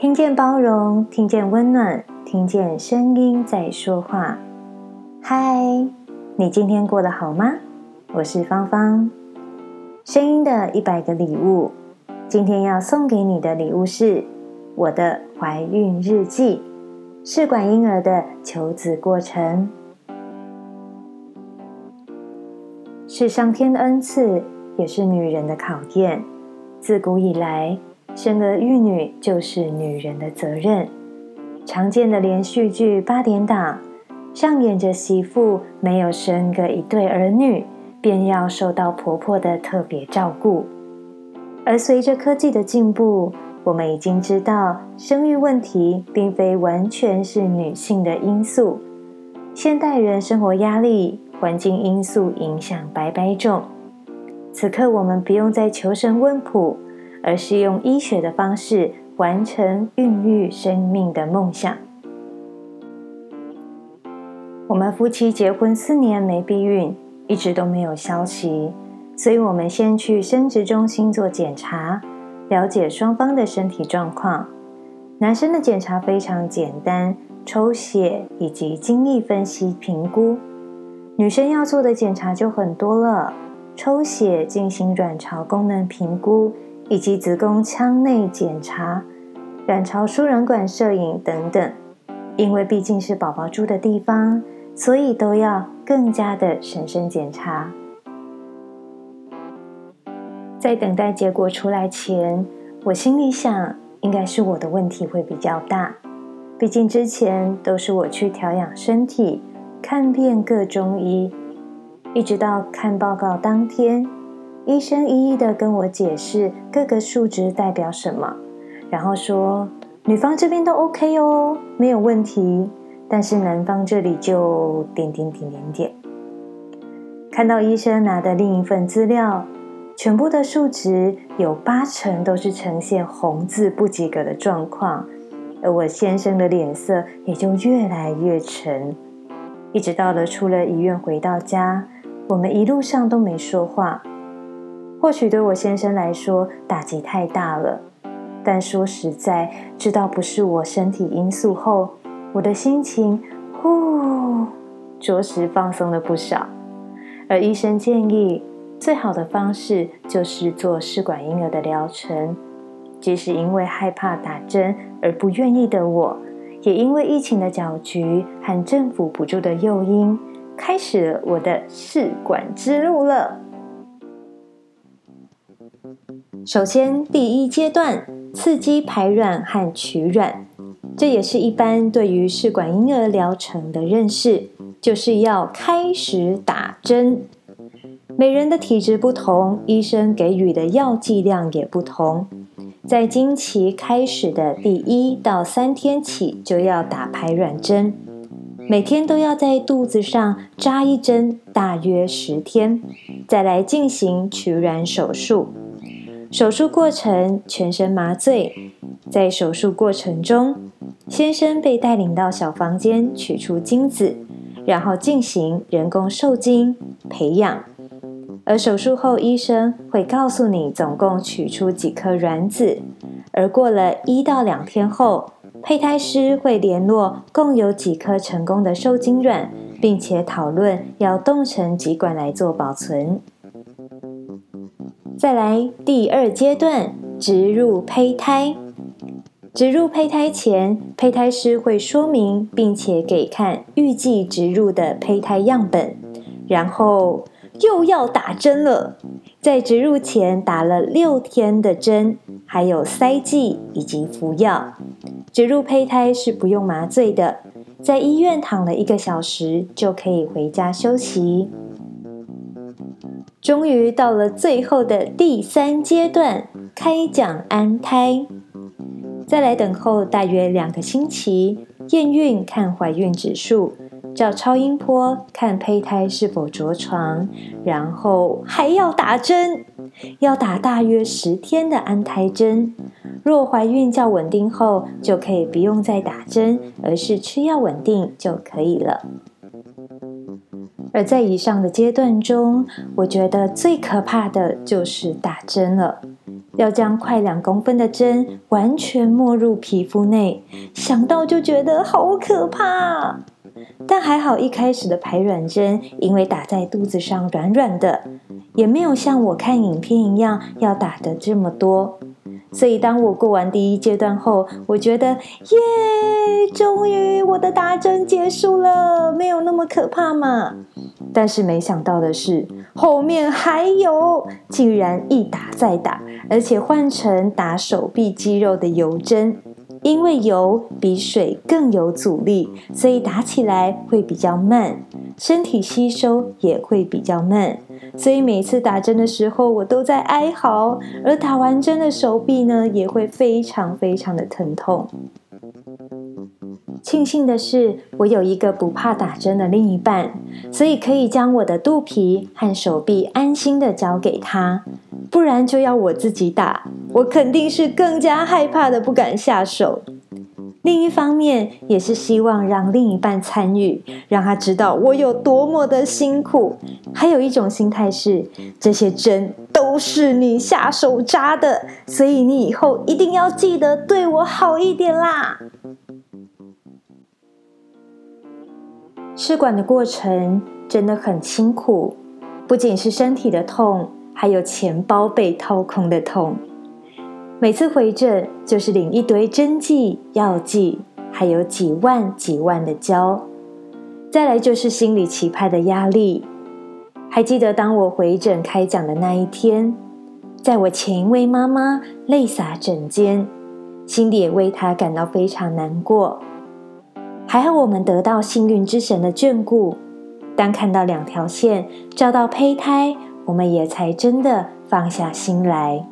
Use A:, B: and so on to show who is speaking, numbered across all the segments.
A: 听见包容，听见温暖，听见声音在说话。嗨，你今天过得好吗？我是芳芳。声音的100个礼物，今天要送给你的礼物是我的怀孕日记，试管婴儿的求子过程。是上天的恩赐，也是女人的考验。自古以来，生儿育女就是女人的责任。常见的连续剧8点档，上演着媳妇没有生个一对儿女，便要受到婆婆的特别照顾。而随着科技的进步，我们已经知道生育问题并非完全是女性的因素。现代人生活压力、环境因素影响百百种。此刻我们不用再求神问卜，而是用医学的方式完成孕育生命的梦想。我们夫妻结婚4年没避孕，一直都没有消息，所以我们先去生殖中心做检查，了解双方的身体状况。男生的检查非常简单，抽血以及精液分析评估。女生要做的检查就很多了，抽血进行卵巢功能评估，以及子宫腔内检查、卵巢输卵管摄影等等。因为毕竟是宝宝住的地方，所以都要更加的审慎检查。在等待结果出来前，我心里想，应该是我的问题会比较大。毕竟之前都是我去调养身体，看遍各中医，一直到看报告当天，医生一一的跟我解释各个数值代表什么，然后说女方这边都 OK 哦，没有问题，但是男方这里就……看到医生拿的另一份资料，全部的数值有80%都是呈现红字不及格的状况，而我先生的脸色也就越来越沉。一直到了出了医院回到家，我们一路上都没说话。或许对我先生来说打击太大了，但说实在，知道不是我身体因素后，我的心情着实放松了不少。而医生建议，最好的方式就是做试管婴儿的疗程。即使因为害怕打针而不愿意的我，也因为疫情的搅局和政府补助的诱因，开始了我的试管之路了。首先，第1阶段，刺激排卵和取卵，这也是一般对于试管婴儿疗程的认识，就是要开始打针。每人的体质不同，医生给予的药剂量也不同。在经期开始的第1到3天起就要打排卵针，每天都要在肚子上扎1针，大约10天，再来进行取卵手术。手术过程全身麻醉，在手术过程中，先生被带领到小房间取出精子，然后进行人工受精培养。而手术后，医生会告诉你总共取出几颗卵子，而过了1到2天后，胚胎师会联络共有几颗成功的受精卵，并且讨论要冻成几管来做保存。再来第2阶段，植入胚胎。植入胚胎前，胚胎师会说明并且给看预计植入的胚胎样本，然后又要打针了。在植入前打了6天的针，还有塞剂以及服药。植入胚胎是不用麻醉的，在医院躺了1个小时就可以回家休息。终于到了最后的第3阶段，开奖安胎。再来等候大约2个星期，验孕看怀孕指数，照超音波看胚胎是否着床，然后还要打针，要打大约10天的安胎针。若怀孕较稳定后，就可以不用再打针，而是吃药稳定就可以了。而在以上的阶段中，我觉得最可怕的就是打针了。 要将快2公分的针完全没入皮肤内，想到就觉得好可怕。但还好一开始的排卵针因为打在肚子上软软的，也没有像我看影片一样要打的这么多。所以当我过完第1阶段后，我觉得耶，终于我的打针结束了，没有那么可怕嘛。但是没想到的是，后面还有，竟然一打再打，而且换成打手臂肌肉的油针。因为油比水更有阻力，所以打起来会比较慢，身体吸收也会比较慢。所以每次打针的时候我都在哀嚎，而打完针的手臂呢也会非常非常的疼痛。庆幸的是，我有一个不怕打针的另一半，所以可以将我的肚皮和手臂安心的交给他，不然就要我自己打，我肯定是更加害怕的，不敢下手。另一方面，也是希望让另一半参与，让他知道我有多么的辛苦。还有一种心态是，这些针都是你下手扎的，所以你以后一定要记得对我好一点啦。试管的过程真的很辛苦，不仅是身体的痛，还有钱包被掏空的痛。每次回诊就是领一堆针剂、药剂，还有几万的胶。再来就是心理期盼的压力。还记得当我回诊开讲的那一天，在我前一位妈妈泪洒诊间，心里也为她感到非常难过。还好我们得到幸运之神的眷顾，当看到2条线照到胚胎，我们也才真的放下心来。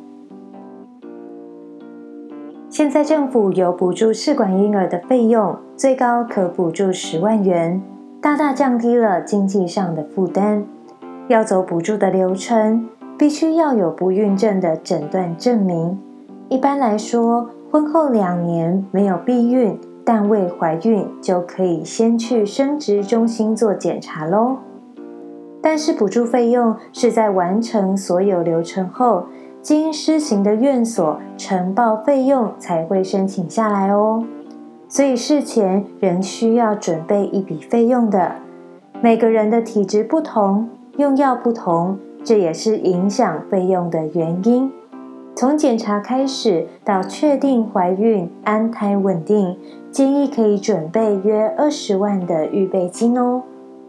A: 现在政府有补助试管婴儿的费用，最高可补助10万元，大大降低了经济上的负担。要走补助的流程，必须要有不孕症的诊断证明。一般来说，婚后2年没有避孕但未怀孕，就可以先去生殖中心做检查咯。但是补助费用是在完成所有流程后，经施行的院所呈报费用才会申请下来哦。所以事前仍需要准备一笔费用的。每个人的体质不同，用药不同，这也是影响费用的原因。从检查开始到确定怀孕、安胎稳定，建议可以准备约20万的预备金哦。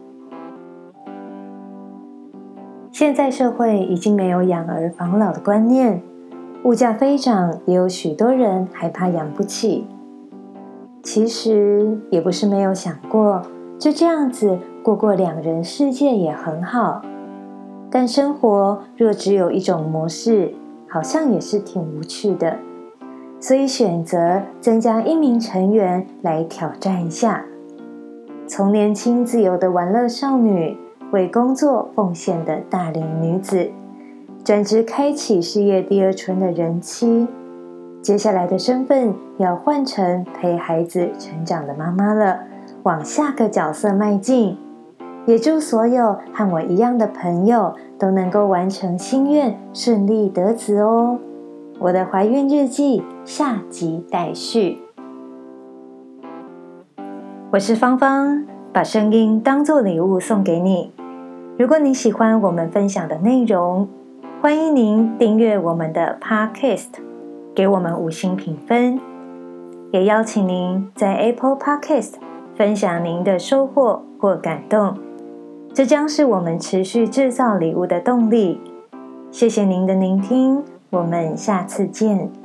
A: 现在社会已经没有养儿防老的观念，物价飞涨，也有许多人害怕养不起。其实也不是没有想过，就这样子过2人世界也很好。但生活若只有一种模式，好像也是挺无趣的。所以选择增加1名成员来挑战一下。从年轻自由的玩乐少女，为工作奉献的大龄女子，转职开启事业第2春的人妻，接下来的身份要换成陪孩子成长的妈妈了，往下个角色迈进。也祝所有和我一样的朋友都能够完成心愿，顺利得子哦。我的怀孕日记下集待续。我是芳芳，把声音当作礼物送给你。如果你喜欢我们分享的内容，欢迎您订阅我们的 Podcast， 给我们5星评分。也邀请您在 Apple Podcast 分享您的收获或感动，这将是我们持续制造礼物的动力。谢谢您的聆听，我们下次见。